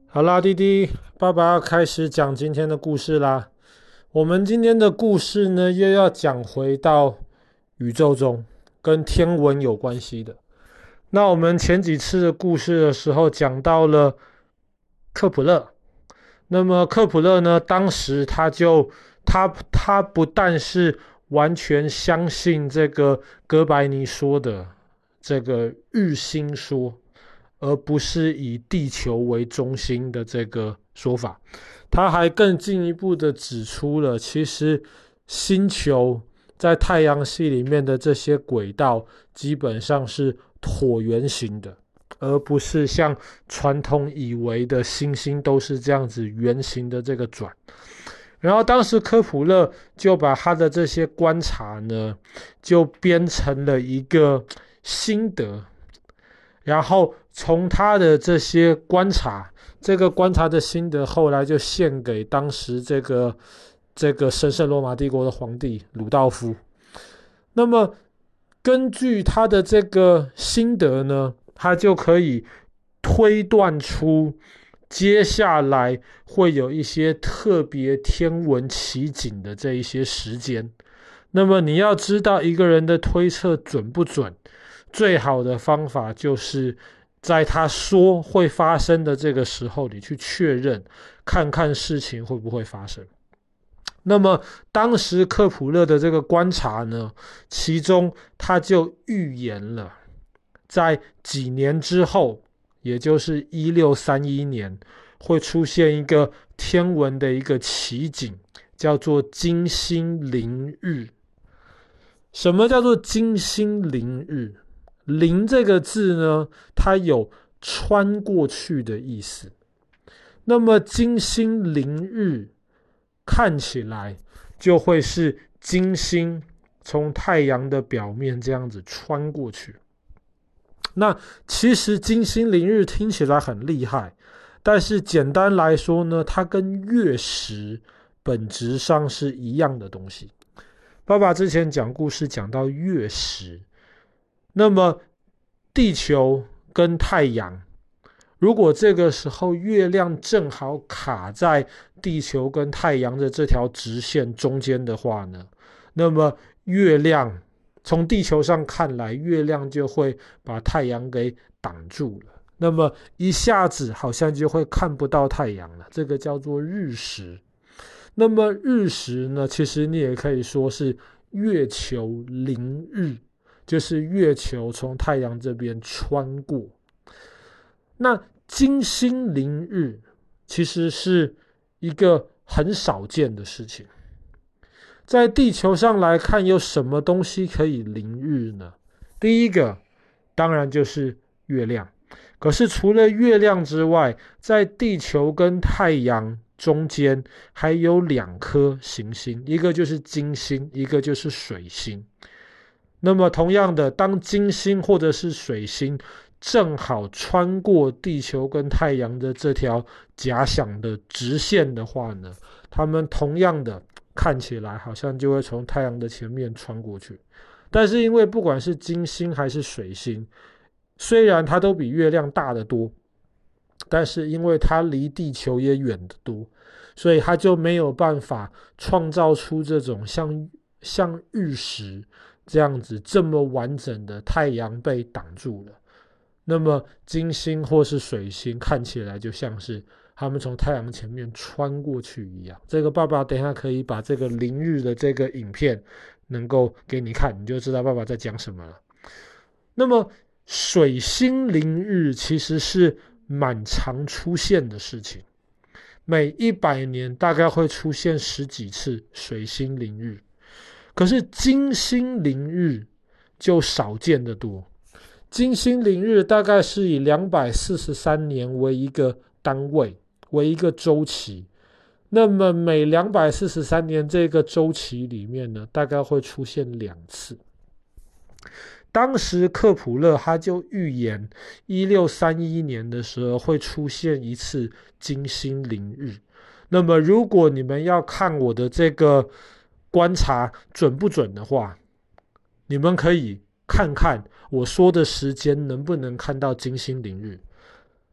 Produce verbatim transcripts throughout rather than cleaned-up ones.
好啦，弟弟，爸爸要开始讲今天的故事啦。我们今天的故事呢，又要讲回到宇宙中跟天文有关系的。那我们前几次的故事的时候讲到了克普勒，那么克普勒呢，当时他就他他不但是完全相信这个哥白尼说的这个日心说，而不是以地球为中心的这个说法，他还更进一步的指出了，其实星球在太阳系里面的这些轨道基本上是椭圆形的，而不是像传统以为的星星都是这样子圆形的这个转。然后当时科普勒就把他的这些观察呢，就编成了一个心得，然后从他的这些观察，这个观察的心得后来就献给当时这个这个神圣罗马帝国的皇帝鲁道夫。那么根据他的这个心得呢，他就可以推断出接下来会有一些特别天文奇景的这一些时间。那么你要知道一个人的推测准不准，最好的方法就是在他说会发生的这个时候，你去确认，看看事情会不会发生。那么当时克普勒的这个观察呢，其中他就预言了，在几年之后，也就是一六三一年，会出现一个天文的一个奇景，叫做金星凌日。什么叫做金星凌日？凌这个字呢，它有穿过去的意思。那么金星凌日看起来就会是金星从太阳的表面这样子穿过去。那其实金星凌日听起来很厉害，但是简单来说呢，它跟月食本质上是一样的东西。爸爸之前讲故事讲到月食，那么地球跟太阳，如果这个时候月亮正好卡在地球跟太阳的这条直线中间的话呢，那么月亮从地球上看来，月亮就会把太阳给挡住了，那么一下子好像就会看不到太阳了，这个叫做日食。那么日食呢，其实你也可以说是月球凌日，就是月球从太阳这边穿过。那金星凌日其实是一个很少见的事情。在地球上来看，有什么东西可以凌日呢？第一个当然就是月亮。可是除了月亮之外，在地球跟太阳中间还有两颗行星，一个就是金星，一个就是水星。那么同样的，当金星或者是水星正好穿过地球跟太阳的这条假想的直线的话呢，它们同样的看起来好像就会从太阳的前面穿过去。但是因为不管是金星还是水星，虽然它都比月亮大得多，但是因为它离地球也远得多，所以它就没有办法创造出这种像像日食这样子这么完整的太阳被挡住了。那么金星或是水星看起来就像是他们从太阳前面穿过去一样。这个爸爸等一下可以把这个凌日的这个影片能够给你看，你就知道爸爸在讲什么了。那么水星凌日其实是蛮常出现的事情，每一百年大概会出现十几次水星凌日。可是金星凌日就少见得多。金星凌日大概是以两百四十三年为一个单位，为一个周期。那么每两百四十三年这个周期里面呢，大概会出现两次。当时克普勒他就预言一六三一年的时候会出现一次金星凌日。那么如果你们要看我的这个观察准不准的话，你们可以看看我说的时间能不能看到金星凌日。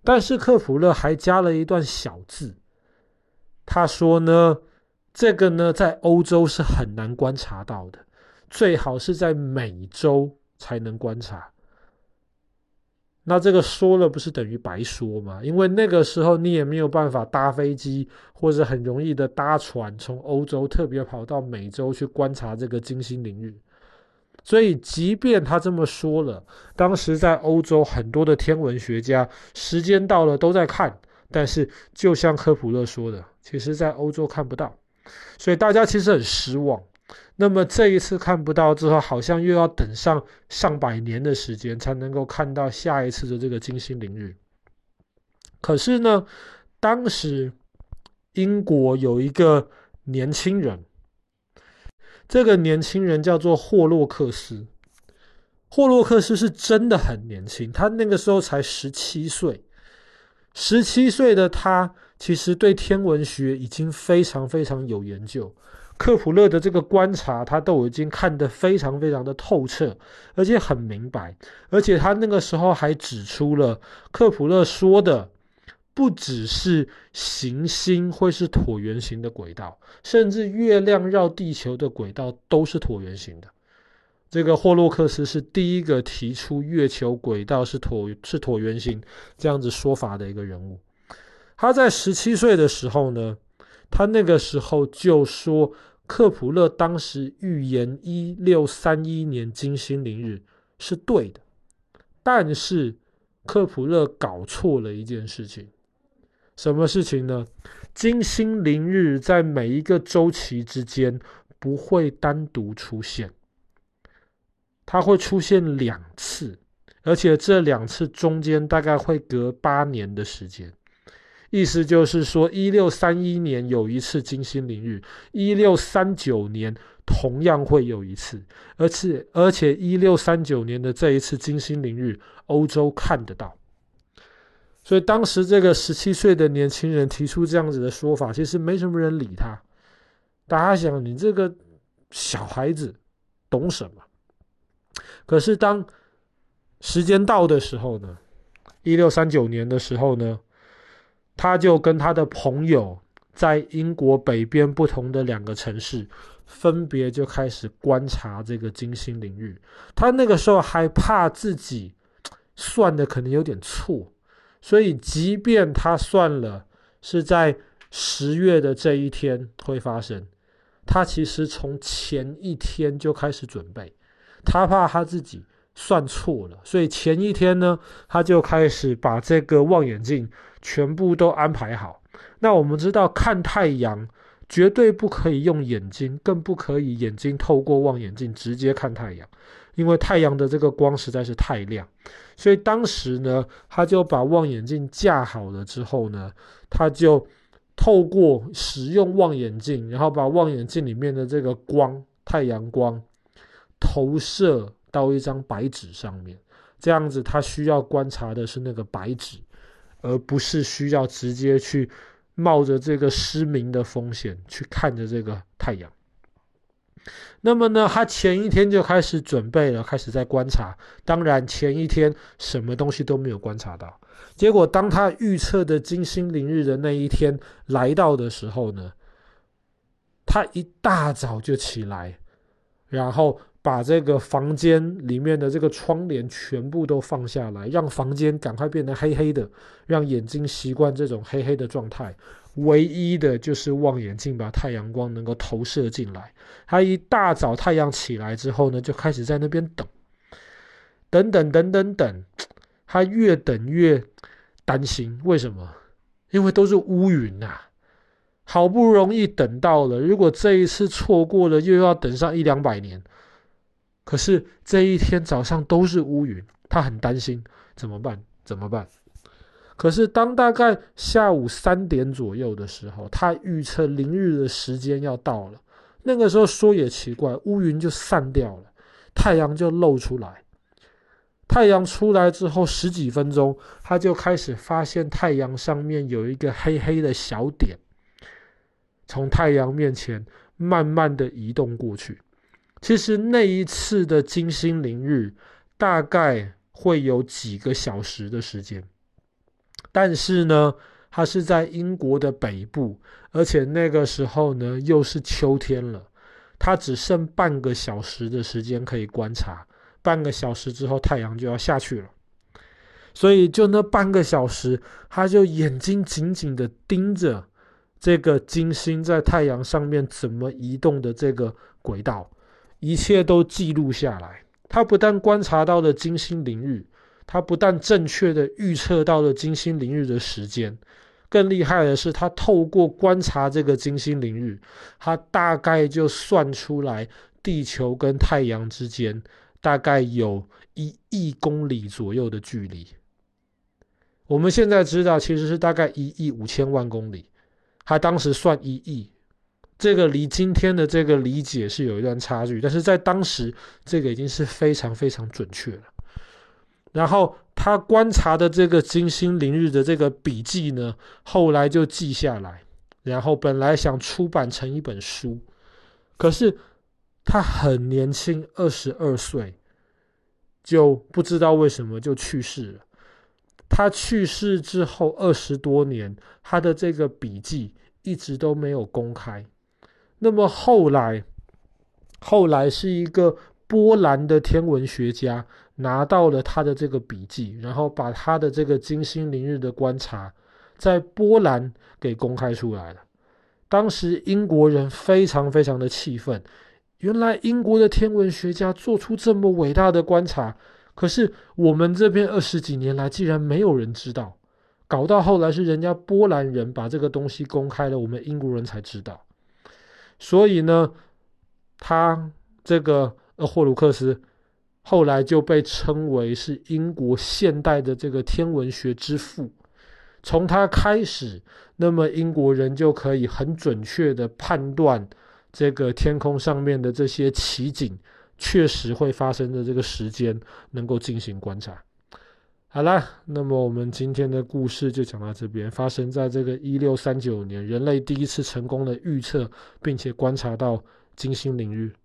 但是克普勒还加了一段小字，他说呢，这个呢在欧洲是很难观察到的，最好是在美洲才能观察。那这个说了不是等于白说吗？因为那个时候你也没有办法搭飞机，或者很容易的搭船从欧洲特别跑到美洲去观察这个金星凌日。所以即便他这么说了，当时在欧洲很多的天文学家时间到了都在看，但是就像科普勒说的，其实在欧洲看不到，所以大家其实很失望。那么这一次看不到之后，好像又要等上上百年的时间才能够看到下一次的这个金星凌日。可是呢，当时英国有一个年轻人，这个年轻人叫做霍洛克斯。霍洛克斯是真的很年轻，他那个时候才十七岁。十七岁的他其实对天文学已经非常非常有研究，克普勒的这个观察他都已经看得非常非常的透彻，而且很明白。而且他那个时候还指出了克普勒说的不只是行星会是椭圆形的轨道，甚至月亮绕地球的轨道都是椭圆形的。这个霍洛克斯是第一个提出月球轨道是椭是椭圆形这样子说法的一个人物。他在十七岁的时候呢，他那个时候就说克普勒当时预言一六三一年金星凌日是对的，但是克普勒搞错了一件事情。什么事情呢？金星凌日在每一个周期之间不会单独出现，它会出现两次，而且这两次中间大概会隔八年的时间。意思就是说一六三一年有一次金星凌日，一六三九年同样会有一次，而且而且一六三九年的这一次金星凌日欧洲看得到。所以当时这个十七岁的年轻人提出这样子的说法，其实没什么人理他。大家想，你这个小孩子懂什么？可是当时间到的时候呢，一六三九年的时候呢，他就跟他的朋友在英国北边不同的两个城市，分别就开始观察这个金星凌日。他那个时候还怕自己算的可能有点错，所以即便他算了是在十月的这一天会发生，他其实从前一天就开始准备。他怕他自己算错了，所以前一天呢，他就开始把这个望远镜全部都安排好。那我们知道看太阳绝对不可以用眼睛，更不可以眼睛透过望远镜直接看太阳，因为太阳的这个光实在是太亮。所以当时呢，他就把望远镜架好了之后呢，他就透过使用望远镜，然后把望远镜里面的这个光，太阳光投射到一张白纸上面，这样子他需要观察的是那个白纸，而不是需要直接去冒着这个失明的风险去看着这个太阳。那么呢，他前一天就开始准备了，开始在观察。当然前一天什么东西都没有观察到，结果当他预测的金星凌日的那一天来到的时候呢，他一大早就起来，然后把这个房间里面的这个窗帘全部都放下来，让房间赶快变得黑黑的，让眼睛习惯这种黑黑的状态。唯一的就是望远镜把太阳光能够投射进来。他一大早太阳起来之后呢，就开始在那边等，等等等等等，他越等越担心。为什么？因为都是乌云啊，好不容易等到了，如果这一次错过了，又要等上一两百年。可是这一天早上都是乌云，他很担心，怎么办？怎么办？可是当大概下午三点左右的时候，他预测凌日的时间要到了。那个时候说也奇怪，乌云就散掉了，太阳就露出来。太阳出来之后十几分钟，他就开始发现太阳上面有一个黑黑的小点，从太阳面前慢慢的移动过去。其实那一次的金星凌日大概会有几个小时的时间， 但是呢，它是在英国的北部，而且那个时候呢又是秋天了，它只剩半个小时的时间可以观察，半个小时之后太阳就要下去了。所以就那半个小时，他就眼睛紧紧的盯着这个金星在太阳上面怎么移动的这个轨道，一切都记录下来。他不但观察到了金星凌日，他不但正确的预测到了金星凌日的时间，更厉害的是他透过观察这个金星凌日，他大概就算出来地球跟太阳之间大概有一亿公里左右的距离。我们现在知道其实是大概一亿五千万公里，他当时算一亿，这个离今天的这个理解是有一段差距，但是在当时这个已经是非常非常准确了。然后他观察的这个金星凌日的这个笔记呢，后来就记下来，然后本来想出版成一本书，可是他很年轻，二十二岁，就不知道为什么就去世了。他去世之后二十多年，他的这个笔记一直都没有公开。那么后来，后来是一个波兰的天文学家拿到了他的这个笔记，然后把他的这个金星凌日的观察在波兰给公开出来了。当时英国人非常非常的气愤，原来英国的天文学家做出这么伟大的观察，可是我们这边二十几年来竟然没有人知道，搞到后来是人家波兰人把这个东西公开了，我们英国人才知道。所以呢，他这个呃霍鲁克斯后来就被称为是英国现代的这个天文学之父。从他开始，那么英国人就可以很准确的判断这个天空上面的这些奇景确实会发生的这个时间，能够进行观察。好啦，那么我们今天的故事就讲到这边。发生在这个一六三九年，人类第一次成功的预测并且观察到金星凌日。